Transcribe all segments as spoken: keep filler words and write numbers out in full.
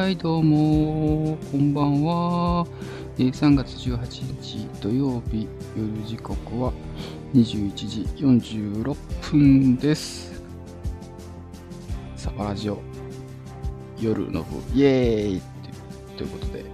はい、どうも、こんばんは。えーさんがつじゅうはちにち土曜日、夜時刻はにじゅういちじよんじゅうろっぷんです。サバラジオ、夜の部、イエーイということで、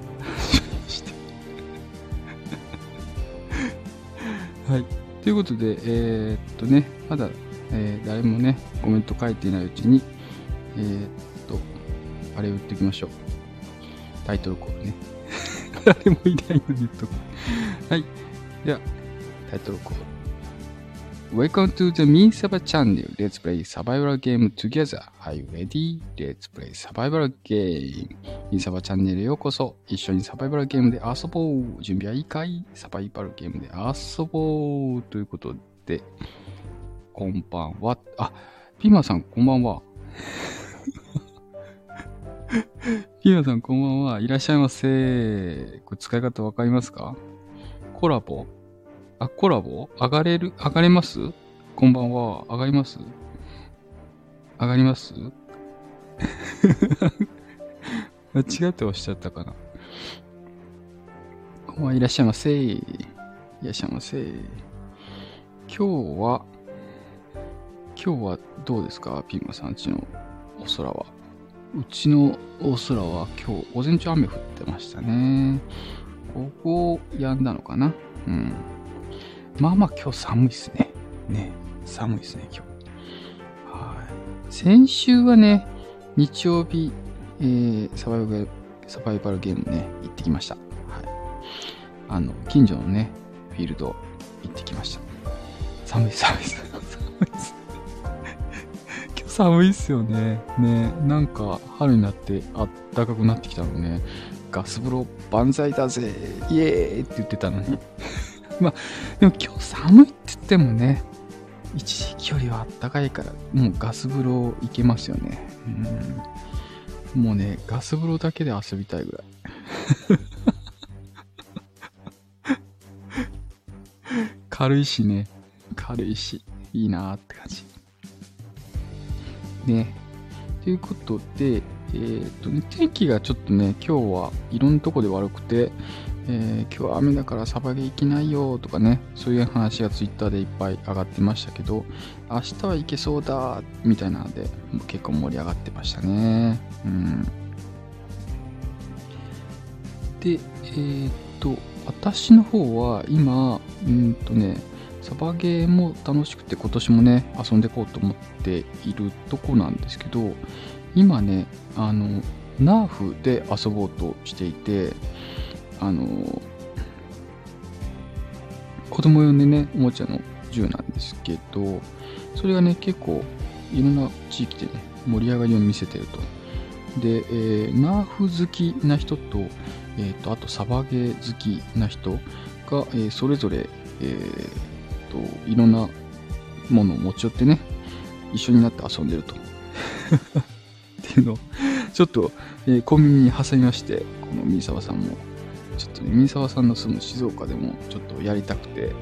はい、ということで、えー、っとね、まだ、えー誰もね、コメント書いていないうちに、えー、っと、あれを言っておきましょう。タイトルコールね。誰もいないのに言っとく。はい。では、タイトルコール。Welcome to the MiSaba channel. Let's play survival game together. Are you ready? Let's play survival game. MiSaba チャンネルへようこそ。一緒にサバイバルゲームで遊ぼう。準備はいいかい？サバイバルゲームで遊ぼう。ということで、こんばんは。あ、ピーマンさん、こんばんは。ピーマンさん、こんばんは。いらっしゃいませ。これ使い方わかりますか？コラボあ、コラボ上がれる上がれますこんばんは。上がります上がります間違っておっしゃったかな。こんばんは。いらっしゃいませ。いらっしゃいませ。今日は、今日はどうですかピーマンさんちのお空は。うちのお空は今日午前中雨降ってましたね。ここ止んだのかな。うん。まあまあ今日寒いっすね。ね。寒いっすね、今日。はい。先週はね、日曜日、えー、サバイバル、サバイバルゲームね、行ってきました。はい。あの、近所のね、フィールド行ってきました。寒い寒い寒い寒いっす。今日寒いっすよね。ね。なんか春になってあったかくなってきたのね。ガス風呂万歳だぜイエーイって言ってたのにまあでも今日寒いって言ってもね一時期よりはあったかいからもうガス風呂行けますよね。うんもうねガス風呂だけで遊びたいぐらい軽いしね軽いしいいなーって感じね。ということでえーとね、天気がちょっとね、今日はいろんなとこで悪くて、えー、今日は雨だからサバゲー行けないよとかね、そういう話がツイッターでいっぱい上がってましたけど、明日は行けそうだみたいなので、結構盛り上がってましたね。うん、で、えーと、私の方は今、うんとね、サバゲーも楽しくて今年もね、遊んでいこうと思っているとこなんですけど、今ね、あの、ナーフで遊ぼうとしていて、あの、子供用でね、おもちゃの銃なんですけど、それがね、結構いろんな地域でね、盛り上がりを見せてると。で、えー、ナーフ好きな人と、えーと、あとサバゲー好きな人が、えー、それぞれ、えーと、いろんなものを持ち寄ってね、一緒になって遊んでると。っていうのをちょっと、えー、小耳に挟みまして、このミーサワさんもちょっとね、ミーサワさんの住む静岡でもちょっとやりたくて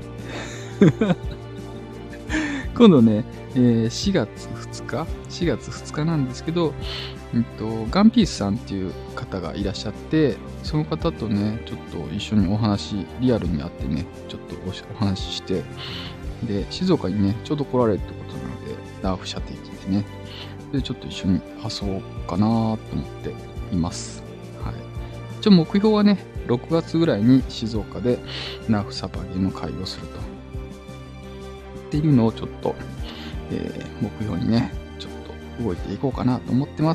今度ね、えー、しがつふつかしがつふつかなんですけど、えっと、ガンピースさんっていう方がいらっしゃって、その方とねちょっと一緒にお話リアルに会ってねちょっと お, お話ししてで静岡にねちょうど来られるってことなのでナーフ射程機でねでちょっと一緒に遊ぼうかなと思っています。はい。一応目標はね、ろくがつぐらいに静岡でナーフサバゲーの会をすると。っていうのをちょっと、えー、目標にね、ちょっと動いていこうかなと思ってます。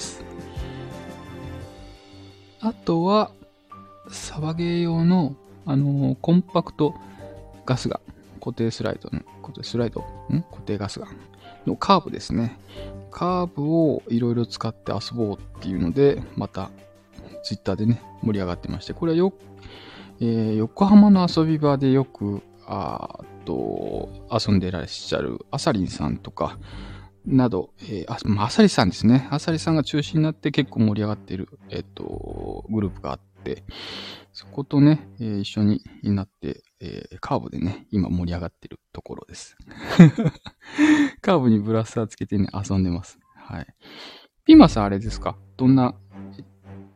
あとは、サバゲー用の、あのー、コンパクトガスガン、固定スライドの、固定スライド、ん固定ガスガンのカーブですね。カーブをいろいろ使って遊ぼうっていうので、またツイッターでね、盛り上がってまして、これはよ、えー、横浜の遊び場でよく、あと、遊んでらっしゃるあさりんさんとか、など、えー、あ、まあ、あさりさんですね。あさりさんが中心になって結構盛り上がっている、えっと、グループがあって、そことね、えー、一緒になって、えー、カーブでね、今盛り上がっているところです。カーブにブラスターつけてね、遊んでます。はい。ピーマさんあれですか？どんな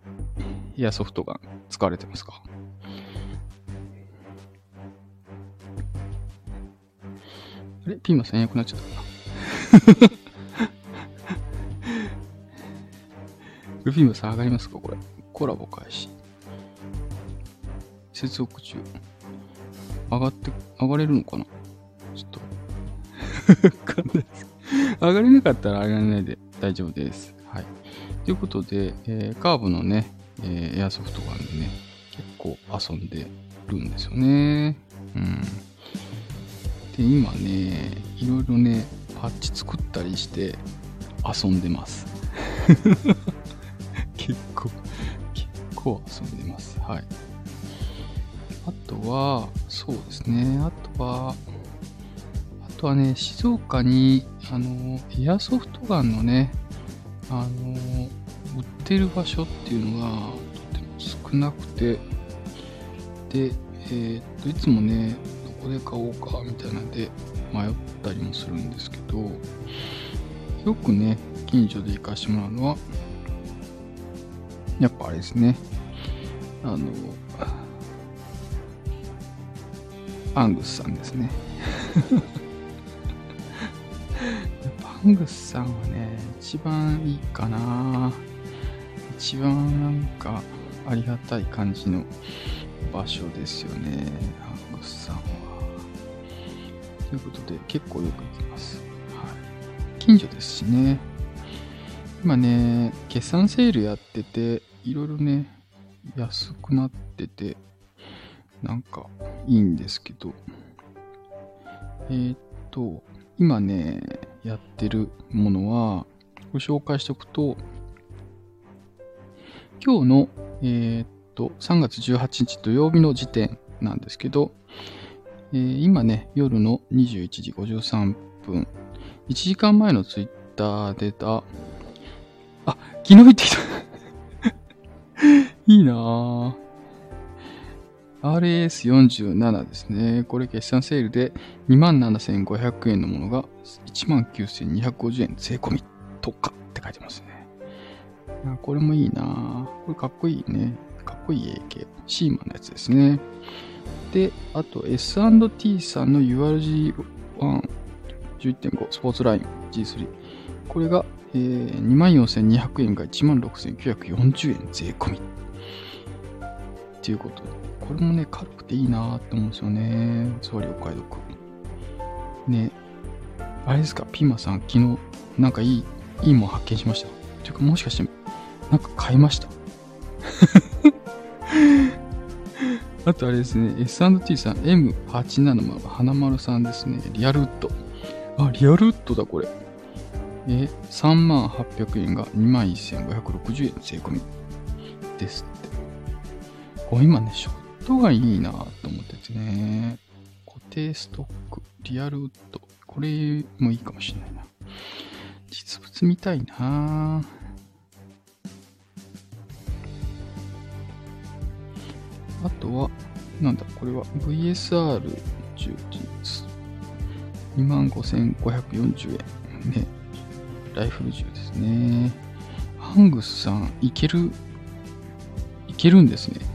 エアソフトガン使われてますか？あれピーマンさんいなくなっちゃったかなルフィーマンさん上がりますか？これコラボ開始接続中上がって上がれるのかな？ちょっとわかんないです。上がれなかったら上がれないで大丈夫です。はい。ということで、えー、カーブのね、えー、エアソフトガンでね、結構遊んでるんですよね。うん。で、今ね、いろいろね、パッチ作ったりして遊んでます。結構、結構遊んでます。はい。あとは、そうですね。あとは、あとはね、静岡に、あの、エアソフトガンのね、あの、売ってる場所っていうのがとても少なくて、で、えー、っと、いつもね、どこで買おうかみたいなんで迷ったりもするんですけど、よくね、近所で行かしてもらうのは、やっぱあれですね、あの、アングスさんですね。アングスさんはね、一番いいかな。一番なんかありがたい感じの場所ですよね、アングスさんは。ということで、結構よく行きます。はい。近所ですしね。今ね、決算セールやってて、いろいろね、安くなってて、なんかいいんですけど、えー、っと、今ね、やってるものは、ご紹介しておくと、今日の、えー、っと、さんがつじゅうはちにち土曜日の時点なんですけど、えー、今ね、夜のにじゅういちじごじゅうさんぷん、いちじかんまえのツイッターでた、あ、昨日行ってきた。いいなぁ。アールエーエスよんじゅうなな ですね。これ決算セールで にまんななせんごひゃくえんのものが いちまんきゅうせんにひゃくごじゅうえん税込み特価って書いてますね。これもいいなぁ。これかっこいいね。かっこいい エーケー。シーマンのやつですね。で、あと エスアンドティー さんの ユーアールジーワンじゅういってんご スポーツライン ジースリー。これが、えー、にまんよんせんにひゃくえんが いちまんろくせんきゅうひゃくよんじゅうえん税込み。っていうことで。これもね、軽くていいなーって思うんですよね。送料お買い得。ね。あれですか、ピーマさん、昨日、なんかいい、いいもん発見しました。というか、もしかして、なんか買いました。あとあれですね、エスアンドティー さん、エムはちななまる、花丸さんですね。リアルウッド。あ、リアルウッドだ、これ。え、さんまんはっぴゃくえんが にまんせんごひゃくろくじゅうえん税込みですって。これ今ね、ショットがいいなと思っててね。固定ストック、リアルウッド。これもいいかもしれないな。実物見たいなあとは、なんだ、これは ブイエスアールじゅう 実。にまんごせんごひゃくよんじゅうえん。ね。ライフル銃ですね。アングスさん、いける、いけるんですね。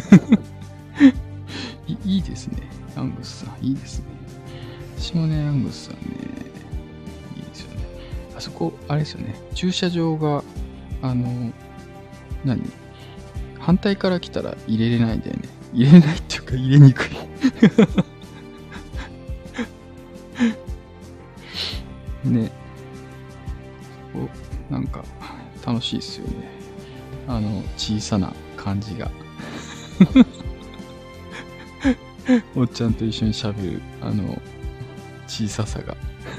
い, いいですね。アングスさん、いいですね。私もね、アングスさんね、いいですよね。あそこ、あれですよね。駐車場が、あの、何反対から来たら入れれないんだよね。入れれないっていうか入れにくい。ね。こう、なんか、楽しいですよね。あの、小さな感じが。おっちゃんと一緒に喋る、あの、小ささが。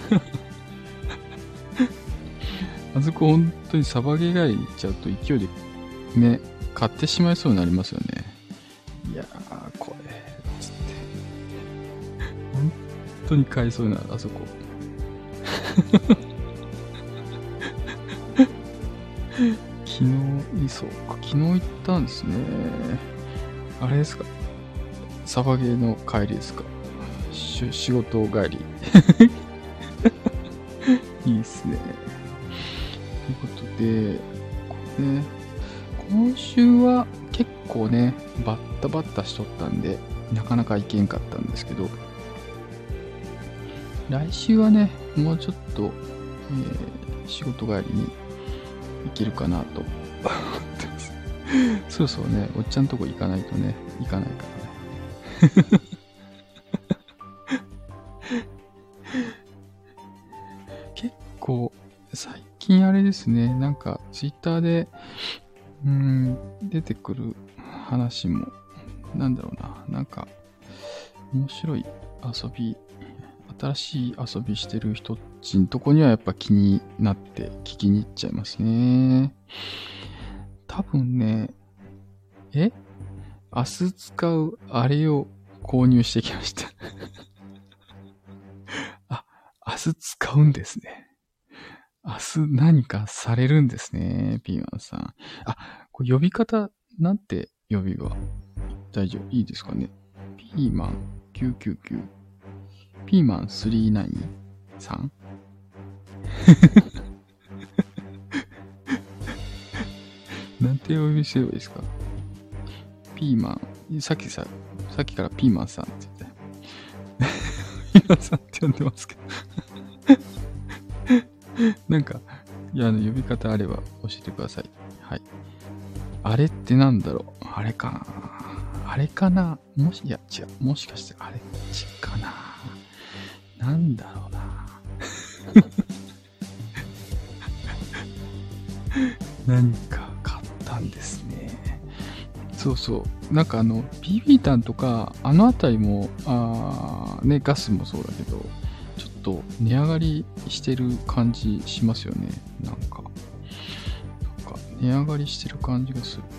あそこ本当にサバゲー街に行っちゃうと勢いでね、買ってしまいそうになりますよね。いやー、これ、つって。本当に買いそうになる、あそこ。昨日、そうか、昨日行ったんですね。あれですか、サバゲーの帰りですか。し仕事帰り。いいっすね。ということで、これね、今週は結構ね、バッタバッタしとったんで、なかなか行けんかったんですけど、来週はね、もうちょっと、えー、仕事帰りに行けるかなと思ってます。そうそうね、おっちゃんとこ行かないとね、行かないからね。結構、最近あれですね、なんか、ツイッターで、うーん、出てくる話も、なんだろうな、なんか、面白い遊び、新しい遊びしてる人っちんとこにはやっぱ気になって聞きに行っちゃいますね。多分ね、え明日使うあれを購入してきました。あ、明日使うんですね。明日何かされるんですね、ピーマンさん。あ、これ呼び方、なんて呼びは大丈夫いいですかね。ピーマンきゅうきゅうきゅう。ピーマンさんきゅうきゅうさんなんて呼びすればいいですか。ピーマン、さっきさ、さっきからピーマンさんって言って。ピーマンさんって呼んでますけど。なんか、いや、あの、呼び方あれば教えてください。はい。あれってなんだろう。あれかな。あれかな。もし、いや、違う。もしかしてあれっちかな。なんだろうな。何か買ったんですね。そうそう。なんかあの、ビービー 弾とか、あのあたりも、あね、ガスもそうだけど、ちょっと値上がりしてる感じしますよね。なんか、なんか値上がりしてる感じがする。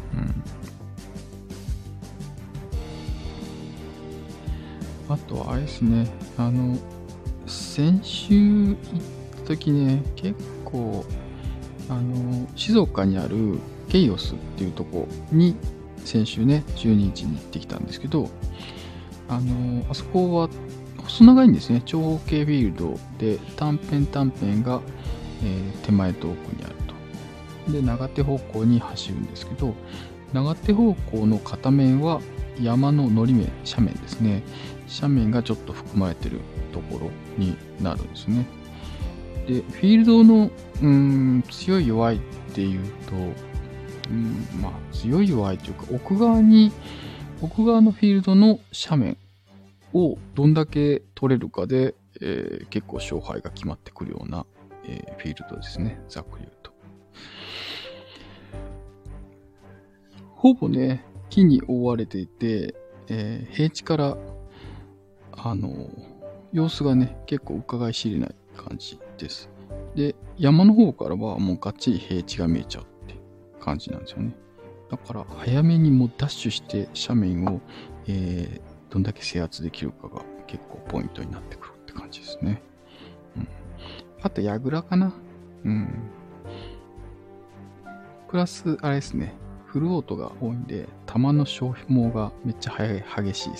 うん。あとはあれですね、あの、先週行った時ね、結構、あの、静岡にあるケイオスっていうとこに、先週ね、じゅうににちに行ってきたんですけど、あの、あそこは細長いんですね。長方形フィールドで、短辺短辺が、えー手前と奥にあると。で、長手方向に走るんですけど、長手方向の片面は山ののり面、斜面ですね。斜面がちょっと含まれてるところになるんですね。で、フィールドの、うーん、強い弱いっていうと、うん、まあ、強い弱いというか、奥側に、奥側のフィールドの斜面をどんだけ取れるかで、えー結構勝敗が決まってくるような、えーフィールドですね。ざっくり言うと。ほぼね、木に覆われていて、えー平地から、あの、様子がね、結構伺い知れない感じです。で、山の方からはもうがっちり平地が見えちゃうって感じなんですよね。だから早めにもうダッシュして斜面を、えーどんだけ制圧できるかが結構ポイントになってくるって感じですね。うん、あと、矢倉かな。うん。プラス、あれですね。フルオートが多いんで、弾の消耗がめっちゃ早い激しいです。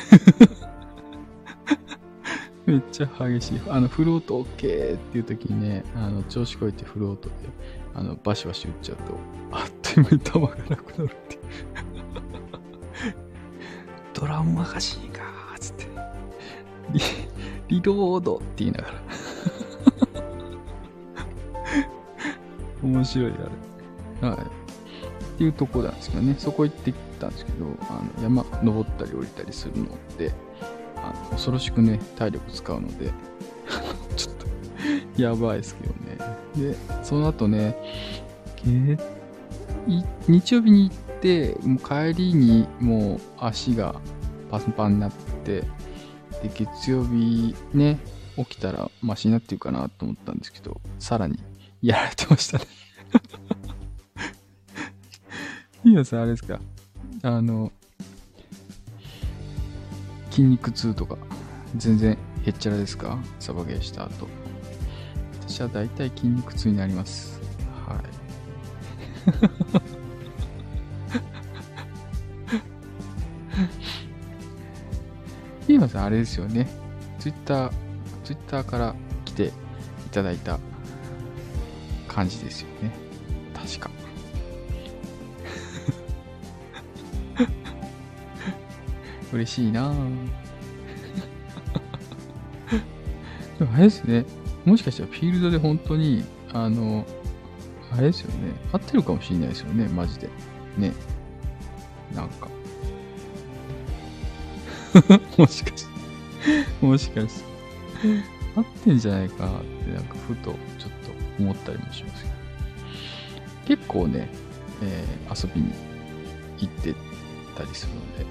めっちゃ激しい。あの、フルオート OK っていう時にね、あの、調子こいてフルオートで、あの、バシバシ打っちゃうと、あっという間に弾がなくなるっていう。ドラムマガジンかーつって。リ、リロードって言いながら。面白いあれ。はい。っていうとこなんですけどね。そこ行ってきたんですけど、あの山登ったり降りたりするので、あの恐ろしくね、体力使うので、ちょっとやばいですけどね。で、その後ね、け日曜日に行って、もう帰りにもう足がパンパンになって、で、月曜日ね、起きたらマシになってるかなと思ったんですけど、さらにやられてましたね。いやさん、あれですか、あの、筋肉痛とか、全然へっちゃらですか？サバゲーした後。私は大体筋肉痛になります。はい。今さん、あれですよね。ツイッター、ツイッターから来ていただいた感じですよね。確か。 嬉しいなでもあれですね。もしかしたらフィールドで本当に、あの、あれですよね。合ってるかもしれないですよね。マジで。ね。なんか。もしかして。もしかして。合ってんじゃないかなって、なんかふとちょっと思ったりもしますけど。結構ね、えー、遊びに行ってたりするので。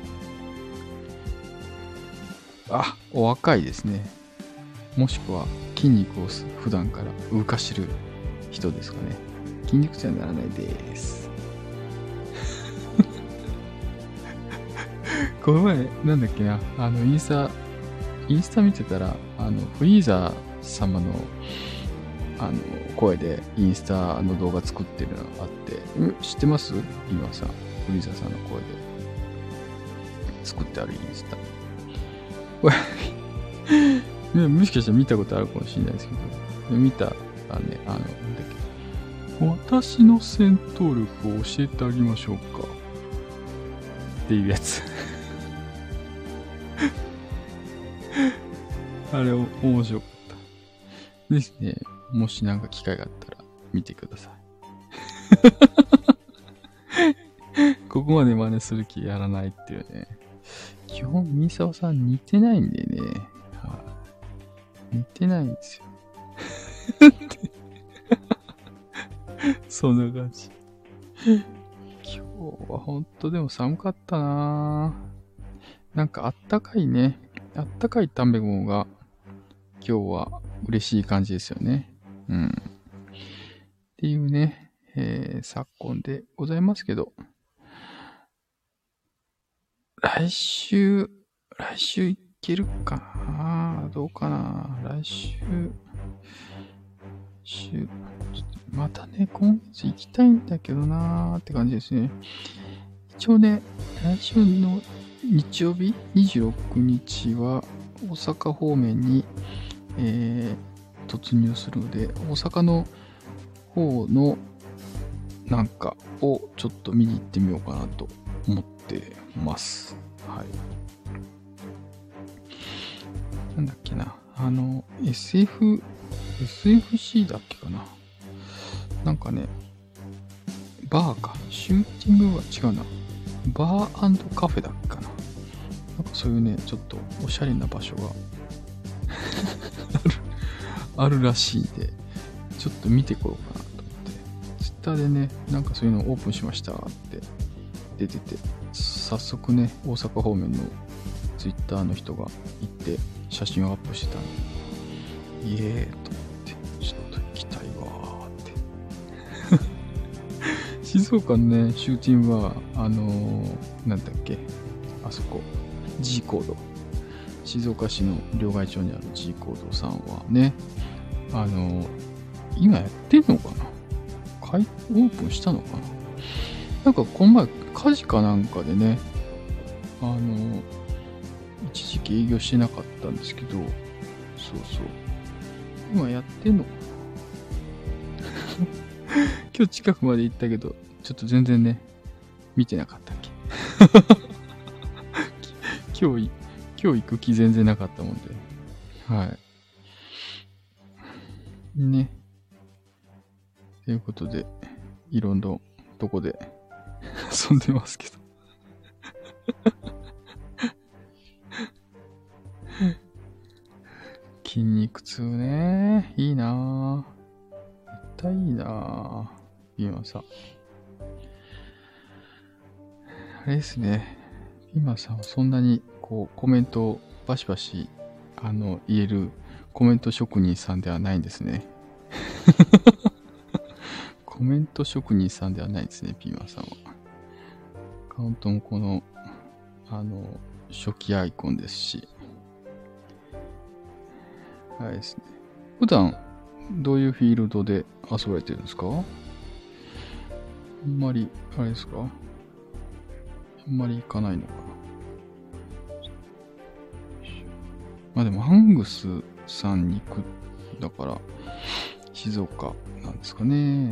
あ、お若いですね。もしくは筋肉を普段から動かしてる人ですかね。筋肉痛にはならないです。この前、なんだっけな、あの、インスタ、インスタ見てたら、あの、フリーザ様の、あの、声でインスタの動画作ってるのがあって、知ってます？今さん、フリーザさんの声で作ってあるインスタ。これね、もしかしたら見たことあるかもしれないですけど、見たらね、あの、なんだっけ、私の戦闘力を教えてあげましょうかっていうやつ。あれ、面白かった。ですね。もしなんか機会があったら見てください。ここまで真似する気やらないっていうね。基本、三沢さん似てないんでね。はあ、似てないんですよ。そんな感じ。今日はほんとでも寒かったなぁ。なんかあったかいね。あったかい卵が今日は嬉しい感じですよね。うん。っていうね、えー、昨今でございますけど、来週、来週いけるかな？どうかな？来週、週、またね、今月行きたいんだけどなーって感じですね。一応ね、来週の日曜日にじゅうろくにちは大阪方面に、えー、突入するので、大阪の方のなんかをちょっと見に行ってみようかなと思ってます。はい。なんだっけな。あの、エスエフ、エスエフシー だっけかな。なんかね、バーか。シューティングは違うな。バー&カフェだっけかな。なんかそういうね、ちょっとおしゃれな場所がある、あるらしいんで、ちょっと見てこようかなと思って。ツイッターでね、なんかそういうのオープンしましたって出てて、早速ね、大阪方面のツイッターの人が行って写真をアップしてたんで、イエーと思って、ちょっと行きたいわーって。静岡のね、シューティングは、あのー、なんだっけ、あそこ、G コード。静岡市の両替町にある G コードさんはね、あのー、今やってんのかな？オープンしたのかな？なんかこの前、火事かなんかでね、あのー、一時期営業してなかったんですけど、そうそう。今やってんのかな？今日近くまで行ったけど、ちょっと全然ね、見てなかったっけ。今日、今日行く気全然なかったもんで。はい。ね。ということで、いろんなとこで遊んでますけど。筋肉痛ね。いいなぁ。絶対いいなぁ。今さ。あれですね。今さ、そんなにこうコメントをバシバシあの言えるコメント職人さんではないんですね。コメント職人さんではないですね、ピーマンさんは。アカウントもこの、あの、初期アイコンですし。あれですね。普段、どういうフィールドで遊ばれてるんですか？あんまり、あれですか？あんまり行かないのかな。まあでも、ハングスさんに行く、だから、静岡なんですかね。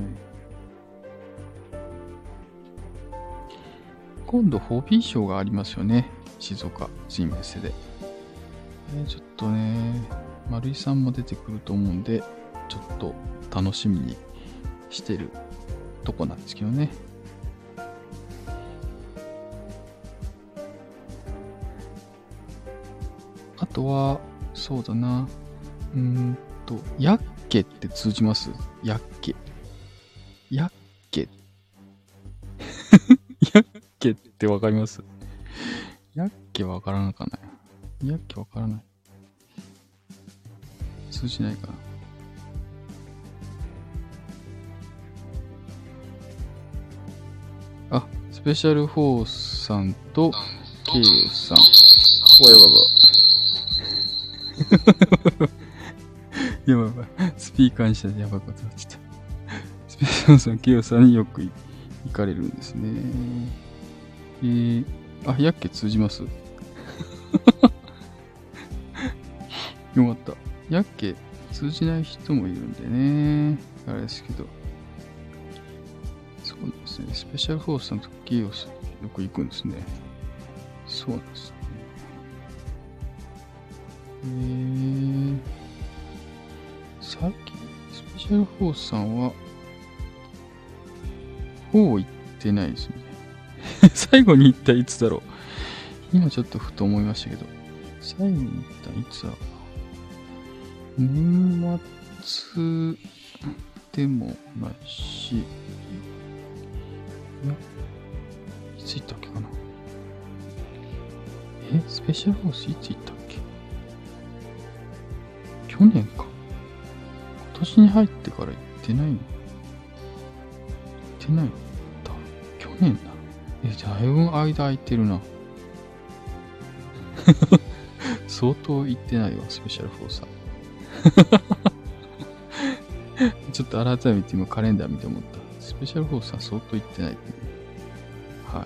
今度、ホビーショーがありますよね。 静岡チームエスで。えー、ちょっとね、丸井さんも出てくると思うんで、ちょっと楽しみにしてるとこなんですけどね。あとは、そうだな。うーんと、ヤッケって通じます？ヤッケ。ヤッケ。ヤッケってわかります？ヤッケわからなかな。ヤッケわからない。通じないかな。あ、スペシャルフォースさんとケイオスさん。おやばば。やばいやばい。スピーカーにしたらやばいことになっちゃった。スペシャルさん、ケイオスさんによく行かれるんですね。えー、あ、ヤッケ通じます？よかった。ヤッケ通じない人もいるんでね。あれですけど。そうですね。スペシャルフォースさんとケイオスよく行くんですね。そうなんですね。えー、さっき、スペシャルフォースさんは、ほう行ってないですね。最後に行ったいつだろう。今ちょっとふと思いましたけど、最後に行ったいつだろう。年末でもないし、いや、いつ行ったっけかな。え、スペシャルフォースいつ行ったっけ？去年か。今年に入ってから行ってないの？行ってないんだ。去年だ。え、だいぶ間空いてるな。相当行ってないわ、スペシャルフォーさん。ちょっと改めて今カレンダー見て思った。スペシャルフォーさん相当行ってないって、ね。はい。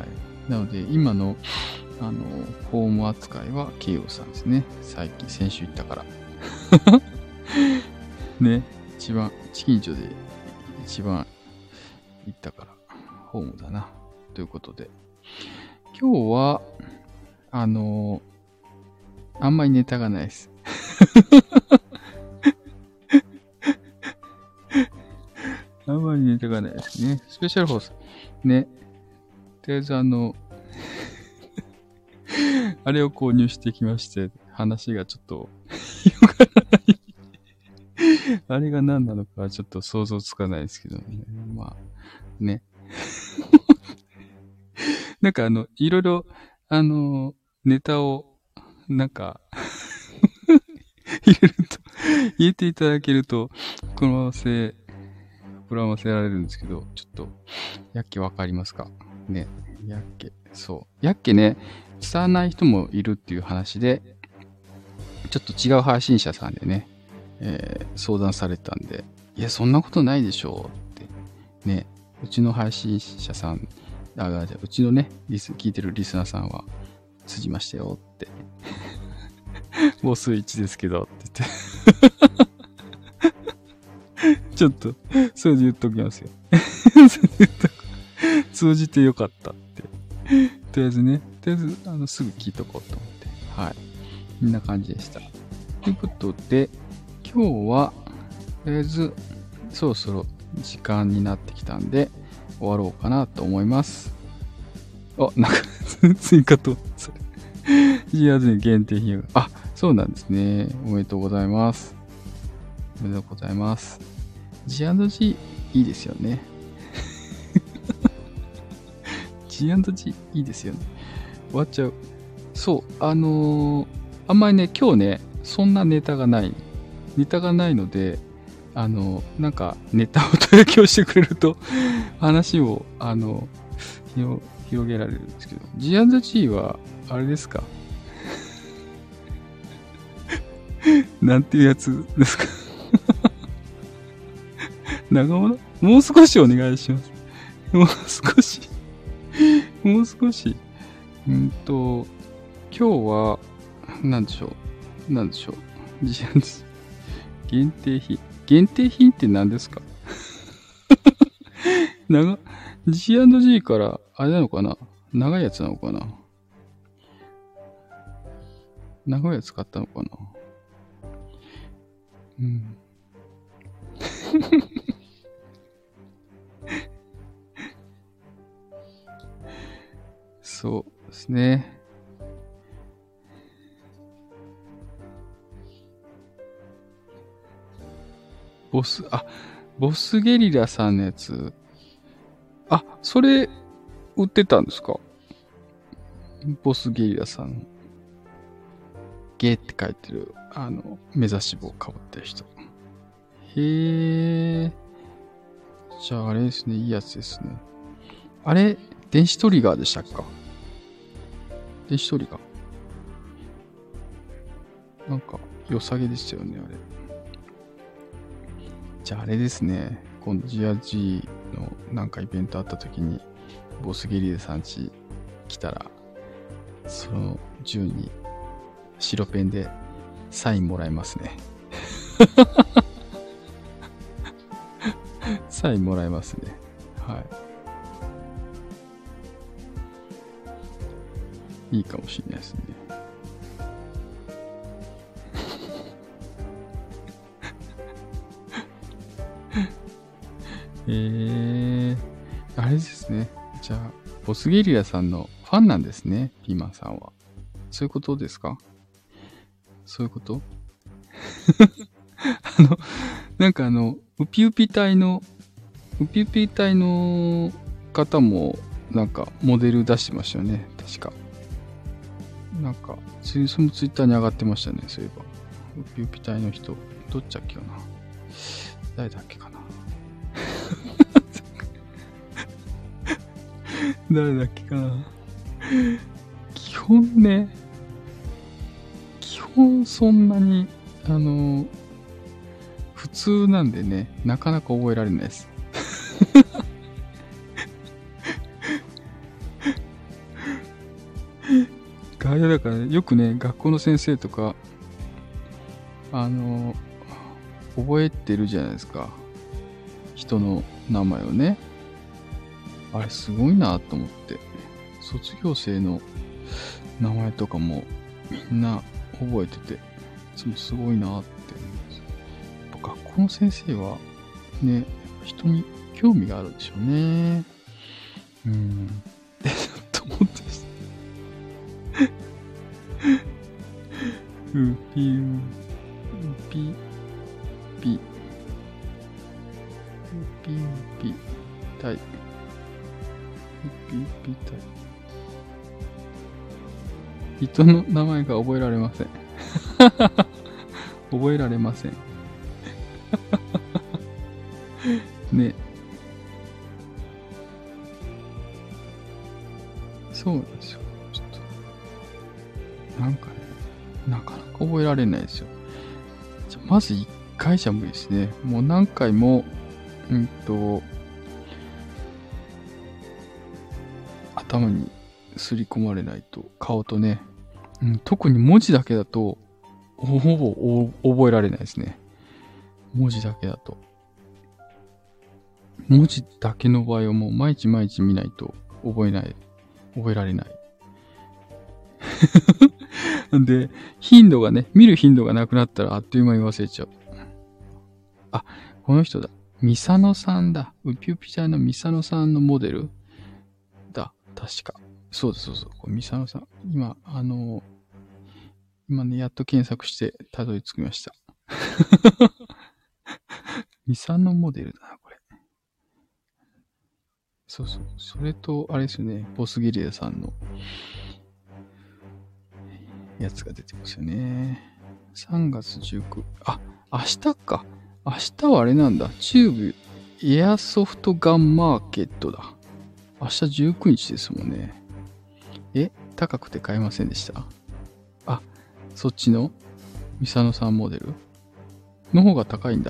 なので、今の、あの、ホーム扱いはケイオさんですね。最近、先週行ったから。ね、一番、チキンジョで一番行ったから、ホームだな。ということで。今日は、あの、あんまりネタがないです。あんまりネタがないですね。スペシャルフォース。ね。とりあえずあの、あれを購入してきまして、話がちょっと広がらない。あれが何なのかはちょっと想像つかないですけどね。まあ、ね。なんかあの、いろいろ、あの、ネタを、なんか、入れると、入れていただけると、膨らませ、膨らませられるんですけど、ちょっと、やっけわかりますかね。やっけ、そう。やっけね、伝わらない人もいるっていう話で、ちょっと違う配信者さんでね、えー、相談されたんで、いや、そんなことないでしょうって、ね、うちの配信者さん、あ、じゃうちのね、リス、聞いてるリスナーさんは、通じましたよって。もう数一ですけど、って言って。ちょっと、それで言っときますよ。通じてよかったって。とりあえずね、とりあえず、あの、すぐ聞いとこうと思って。はい。こんな感じでした。ということで、今日は、とりあえず、そろそろ時間になってきたんで、終わろうかなと思います。あ、なんか、追加と、それ。いちがつに限定品が。あ、そうなんですね。おめでとうございます。おめでとうございます。ジーアンドジー いいですよね。ジーアンドジー いいですよね。終わっちゃう。そう、あのー、あんまりね、今日ね、そんなネタがない。ネタがないので、あの、なんか、ネタを提供してくれると、話を、あの、広げられるんですけど、ジーアンドジー は、あれですかなんていうやつですか長物もう少しお願いします。もう少しもう少し。うんと、今日は、なんでしょう。なんでしょう。ジーアンドジー。限定品。限定品って何ですか長、ジーアンドジー から、あれなのかな長いやつなのかな名古屋使ったのかな。うん。そうですね。ボス、あ、ボスゲリラさんのやつ。あ、それ、売ってたんですか？ボスゲリラさん。ゲって書いてる、あの、目指し棒かぶってる人。へえ。じゃああれですね、いいやつですね。あれ、電子トリガーでしたっか？電子トリガー。なんか、良さげでしたよね、あれ。じゃああれですね、今度 ジーアールジー のなんかイベントあった時に、ボスゲリラさんち来たら、その銃に白ペンでサインもらえますね。サインもらえますね。はい。いいかもしれないですね。えー、あれですね。じゃあ、ボスゲリラさんのファンなんですね、ピーマンさんは。そういうことですか？そういうことあの、なんかあの、ウピウピ隊の、ウピウピ隊の方も、なんか、モデル出してましたよね、確か。なんか、それそのツイッターに上がってましたね、そういえば。ウピウピ隊の人、どっちだっけかな。誰だっけかな。誰だっけかな。基本ね、基本そんなに、あの、普通なんでね、なかなか覚えられないです。外野だから、ね、よくね、学校の先生とか、あの、覚えてるじゃないですか。人の名前をね。あれすごいなと思って。卒業生の名前とかもみんな覚えてて、いつもすごいなって思います。やっぱ学校の先生はね、人に興味があるでしょうね。うん。で、ちょっと思ってました。うぴう、うぴ、ぴ、うぴうぴ、たい。うぴうぴたい。人の名前が覚えられません。覚えられません。ね。そうなんですよ。ちょっと。なんかね、なかなか覚えられないですよ。じゃまず一回じゃ無理ですね。もう何回も、うんと、頭にすり込まれないと、顔とね、うん、特に文字だけだと、ほぼ覚えられないですね。文字だけだと。文字だけの場合はもう毎日毎日見ないと覚えない、覚えられない。で、頻度がね、見る頻度がなくなったらあっという間に忘れちゃう。あ、この人だ。ミサノさんだ。ウピウピちゃんのミサノさんのモデルだ。確か。そうです、そうそう。これミサノさん。今、あの、今ね、やっと検索してたどり着きました。ミサノモデルだな、これ。そうそう。それと、あれですよね。ボスゲリラさんのやつが出てますよね。さんがつじゅうくにち。あ、明日か。明日はあれなんだ。チューブエアソフトガンマーケットだ。明日じゅうくにちですもんね。え、高くて買えませんでした？あ、そっちのミサノさんモデルの方が高いんだ。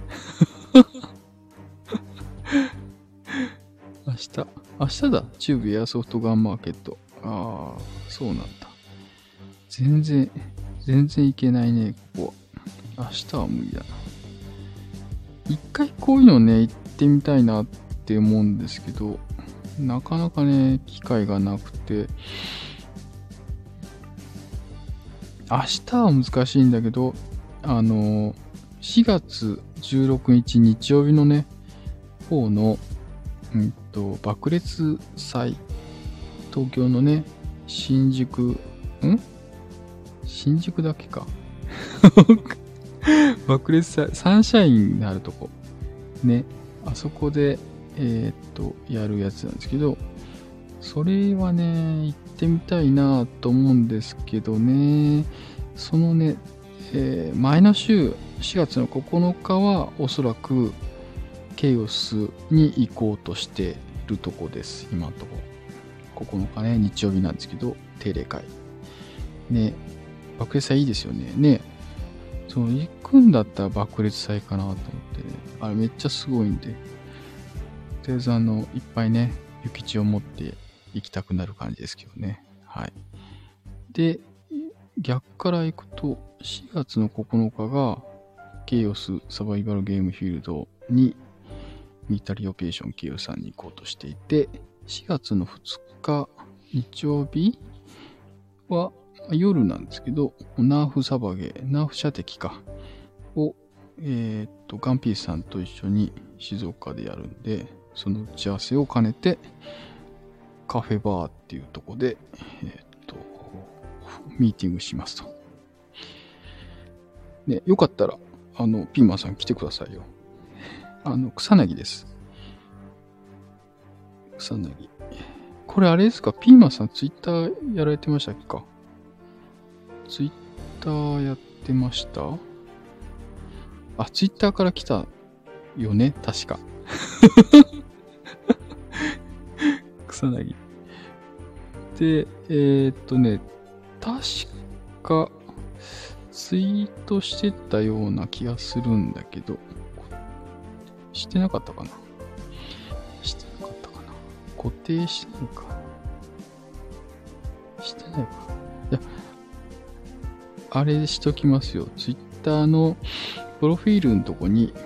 明日、明日だ。チューブエアソフトガンマーケット。ああ、そうなんだ。全然、全然いけないね、ここは。明日は無理だな。一回こういうのね、行ってみたいなって思うんですけど、なかなかね、機会がなくて、 明日は難しいんだけど、あの、しがつじゅうろくにち日曜日のね、方の、うんと、爆裂祭、東京のね、新宿、ん新宿だけか。爆裂祭、サンシャインのあるとこ。ね、あそこで、えー、っと、やるやつなんですけど、それはね、行ってみたいなと思うんですけどね、そのね、えー、前の週、しがつのここのかはおそらくケイオスに行こうとしているとこです、今のところ。ここのかね、日曜日なんですけど、定例会。ね、爆裂祭いいですよね。ね、そう、行くんだったら爆裂祭かなと思ってね、あれめっちゃすごいんで、とりあえずあの、いっぱいね、諭吉を持って行きたくなる感じですけどね。はい。で、逆から行くと、しがつのここのかが、ケイオスサバイバルゲームフィールドに、ミリタリーオペレーションケイオスさんに行こうとしていて、しがつのふつか、日曜日は夜なんですけど、ナーフサバゲー、ナーフ射的か、を、えー、っと、ガンピースさんと一緒に静岡でやるんで、その打ち合わせを兼ねて、カフェバーっていうとこで、えー、っと、ミーティングしますと。ね、よかったら、あの、ピーマンさん来てくださいよ。あの、草薙です。草薙。これあれですか？ピーマンさんツイッターやられてましたっけか？ツイッターやってました？あ、ツイッターから来たよね？確か。草薙。で、えー、っとね、確か、ツイートしてたような気がするんだけど、してなかったかなしてなかったかな固定してないかしてないかいや、あれしときますよ。ツイッターのプロフィールのとこに、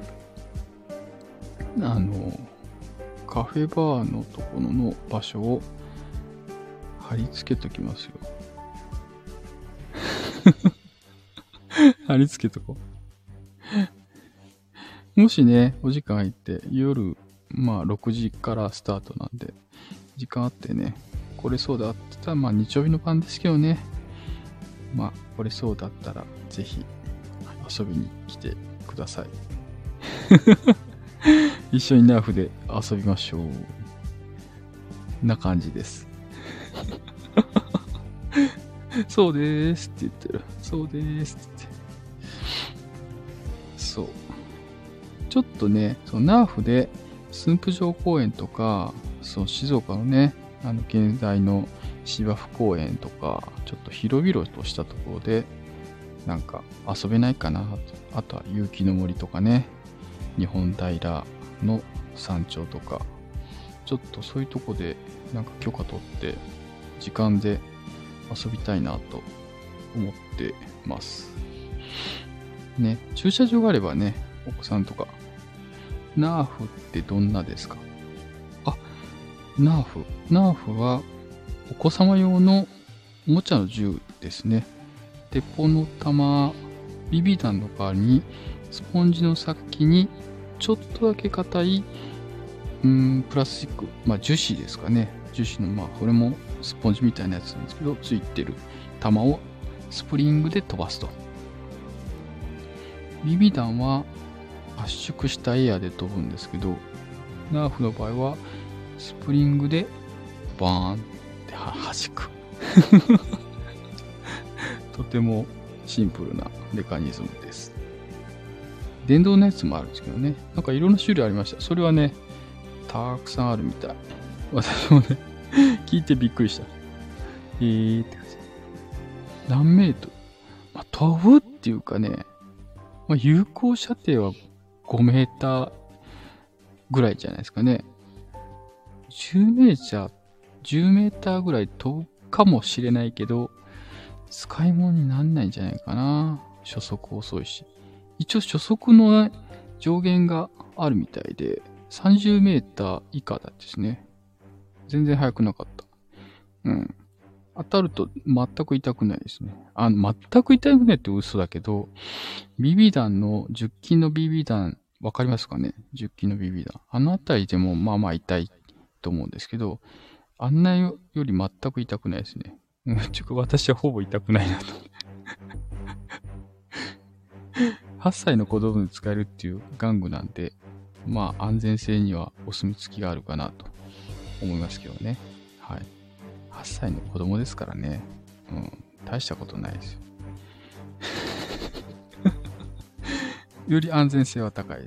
あの、カフェバーのところの場所を貼り付けときますよ。貼り付けとこう。もしね、お時間空いて、夜、まあろくじからスタートなんで、時間あってね、来れそうだって言ったら、まあ日曜日の晩ですけどね、まあ来れそうだったら、ぜひ遊びに来てください。一緒にナーフで遊びましょう。な感じです。そうでーすって言ってる。そうでーすって言って。そう。ちょっとね、そのナーフで駿府城公園とか、そう静岡のね、あの現在の芝生公園とか、ちょっと広々としたところで、なんか遊べないかなと。あとは結城の森とかね、日本平の山頂とか、ちょっとそういうとこでなんか許可取って時間で遊びたいなと思ってます。ね、駐車場があればね、お子さんとか。ナーフってどんなですか？あ、ナーフ。ナーフはお子様用のおもちゃの銃ですね。鉄砲の弾、ビービー 弾の代わりにスポンジの先にちょっとだけ硬い、うーん、プラスチック、まあ樹脂ですかね。樹脂の、まあこれもスポンジみたいなやつなんですけど、ついてる弾をスプリングで飛ばすと。ビービー 弾は圧縮したエアで飛ぶんですけど、ナーフの場合はスプリングでバーンって弾く。とてもシンプルなメカニズムです。電動のやつもあるんですけどね。なんかいろんな種類ありました。それはね、たくさんあるみたい。私もね、聞いてびっくりした。えーって感じ。何メートル、まあ、飛ぶっていうかね、まあ、有効射程はごメーターぐらいじゃないですかね。じゅうメーター、じゅうメーターぐらい飛ぶかもしれないけど、使い物になんないんじゃないかな。初速遅いし。一応初速の上限があるみたいで、さんじゅうメーター以下だですね。全然速くなかった。うん。 当たると全く痛くないですね。あの、全く痛くないって嘘だけど、ビービー 弾の、じゅっきんの ビービー 弾、わかりますかね ?じゅっ 金の ビービー 弾。あのあたりでもまあまあ痛いと思うんですけど、あんなより全く痛くないですね。ちょっと私はほぼ痛くないなと。はっさいの子供に使えるっていう玩具なんで、まあ安全性にはお墨付きがあるかなと思いますけどね。はい。はっさいの子供ですからね。うん。大したことないですよ。より安全性は高いです。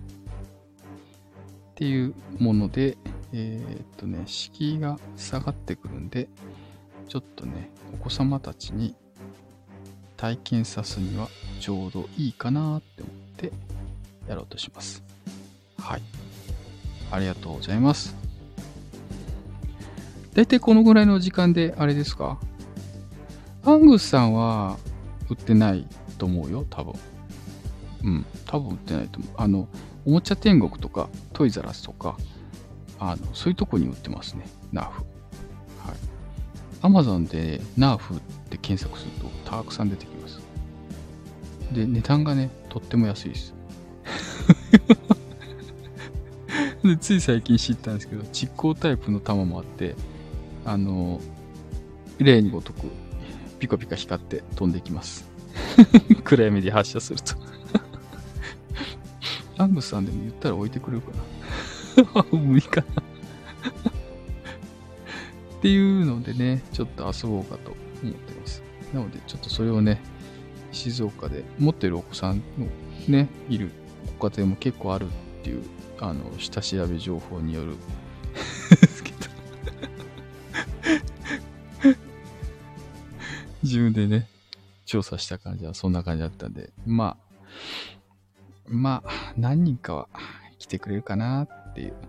っていうもので、えー、っとね、敷居が下がってくるんで、ちょっとね、お子様たちに体験さすにはちょうどいいかなって思ってやろうとします。はい。ありがとうございます。だいたいこのぐらいの時間であれですか？アングスさんは売ってないと思うよ、多分。うん、多分売ってないと思う。あの、おもちゃ天国とか、トイザラスとか、あの、そういうとこに売ってますね、ナーフ。はい。アマゾンでナーフって検索するとたくさん出てきます。で、値段がね、とっても安いです。で、つい最近知ったんですけど、蓄光タイプの弾もあって、あの、例にごとく、ピカピカ光って飛んできます。暗闇で発射すると。アングスさんでも言ったら置いてくれるかな。無理かな。っていうのでね、ちょっと遊ぼうかと思ってます。なので、ちょっとそれをね、静岡で持ってるお子さんのね、いるご家庭も結構あるっていう、あの、下調べ情報によるですけど。自分でね、調査した感じはそんな感じだったんで、まあ、まあ、何人かは来てくれるかなっていう。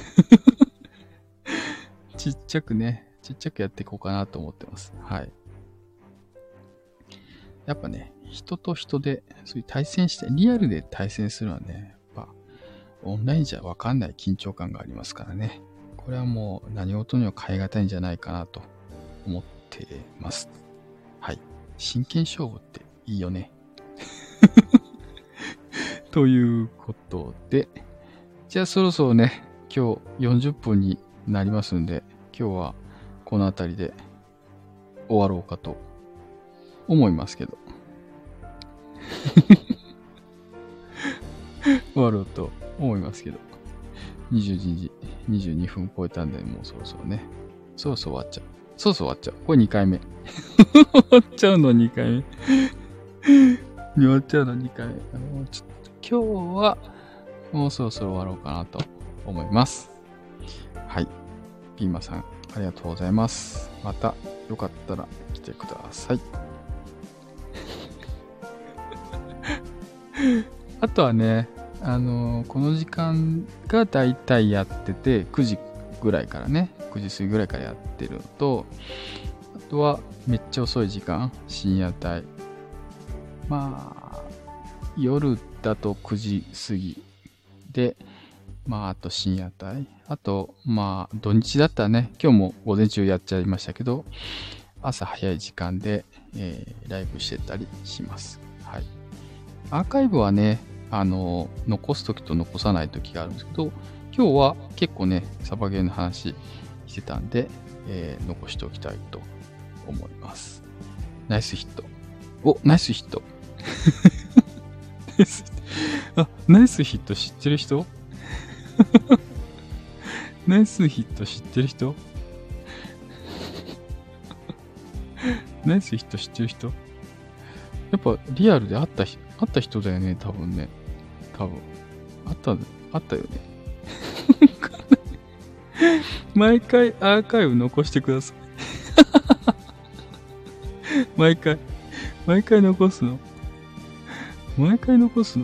ちっちゃくね、ちっちゃくやっていこうかなと思ってます。はい。やっぱね、人と人で、そういう対戦して、リアルで対戦するのはね、やっぱ、オンラインじゃわかんない緊張感がありますからね。これはもう何事にも変え難いんじゃないかなと思ってます。はい。真剣勝負っていいよね。ということで、じゃあそろそろね、今日よんじゅっぷんになりますんで、今日はこの辺りで終わろうかと思いますけど。終わろうと思いますけど。にじゅうにじ、にじゅうにふん超えたんで、もうそろそろね。そろそろ終わっちゃう。そろそろ終わっちゃう。これにかいめ。終わっちゃうのにかいめ。終わっちゃうのにかいめ。もうちょっと今日はもうそろそろ終わろうかなと思います。はい。ピーマさん、ありがとうございます。またよかったら来てください。あとはね、あのー、この時間がだいたいやってて、くじぐらいからね、くじ過ぎぐらいからやってるのと、あとはめっちゃ遅い時間、深夜帯。まあ、夜だとくじ過ぎで、まあ、あと深夜帯。あと、まあ、土日だったらね、今日も午前中やっちゃいましたけど、朝早い時間で、えー、ライブしてたりします。はい。アーカイブはね、あの、残すときと残さないときがあるんですけど、今日は結構ね、サバゲーの話してたんで、えー、残しておきたいと思います。ナイスヒット。お、ナイスヒット。ナイスヒット。あ、ナイスヒット知ってる人ナイスヒット知ってる人ナイスヒット知ってる人やっぱリアルで会った人、会った人だよね、多分ね。多分。あった、あったよね。毎回アーカイブ残してください。毎回。毎回残すの。毎回残すの。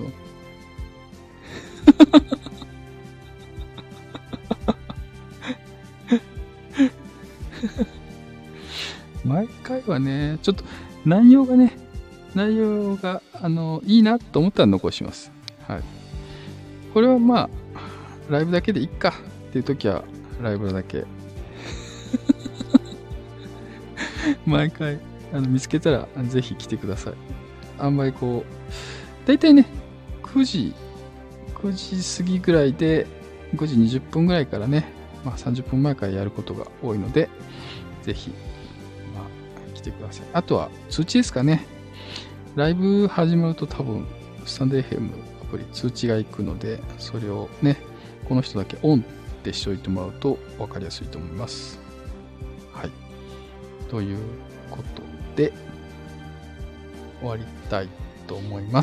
毎回はね、ちょっと内容がね、内容が、あの、いいなと思ったら残します。はい。これはまあ、ライブだけでいいかっていう時は、ライブだけ。 毎回あの見つけたらぜひ来てください。あんまりこう、だいたいね、くじ、くじ過ぎぐらいで、ごじにじゅっぷんぐらいからね、まあさんじゅっぷんまえからやることが多いので、ぜひ、まあ、来てください。あとは通知ですかね。ライブ始まると多分、スタンド エフエム アプリ通知が行くので、それをね、この人だけオンってしておいてもらうと分かりやすいと思います。はい。ということで、終わりたいと思います。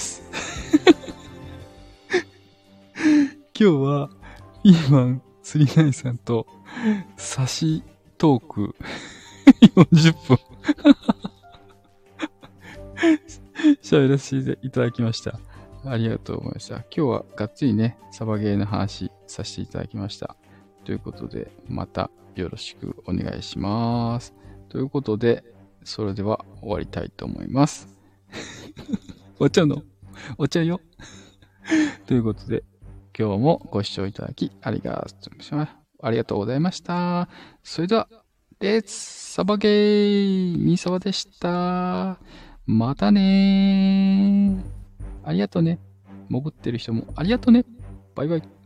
今日は、ピーマンスリーナインさんと、差しトークよんじゅっぷん喋らせていただきました。ありがとうございました。今日はがっつりね、サバゲーの話させていただきました。ということで、またよろしくお願いします。ということで、それでは終わりたいと思います。終わっちゃうの？終わっちゃうよ。ということで、今日もご視聴いただきありがとうございました。ありがとうございました。それでは、レッツサバゲーミサワでした。またねー。ありがとうね。潜ってる人もありがとうね。バイバイ。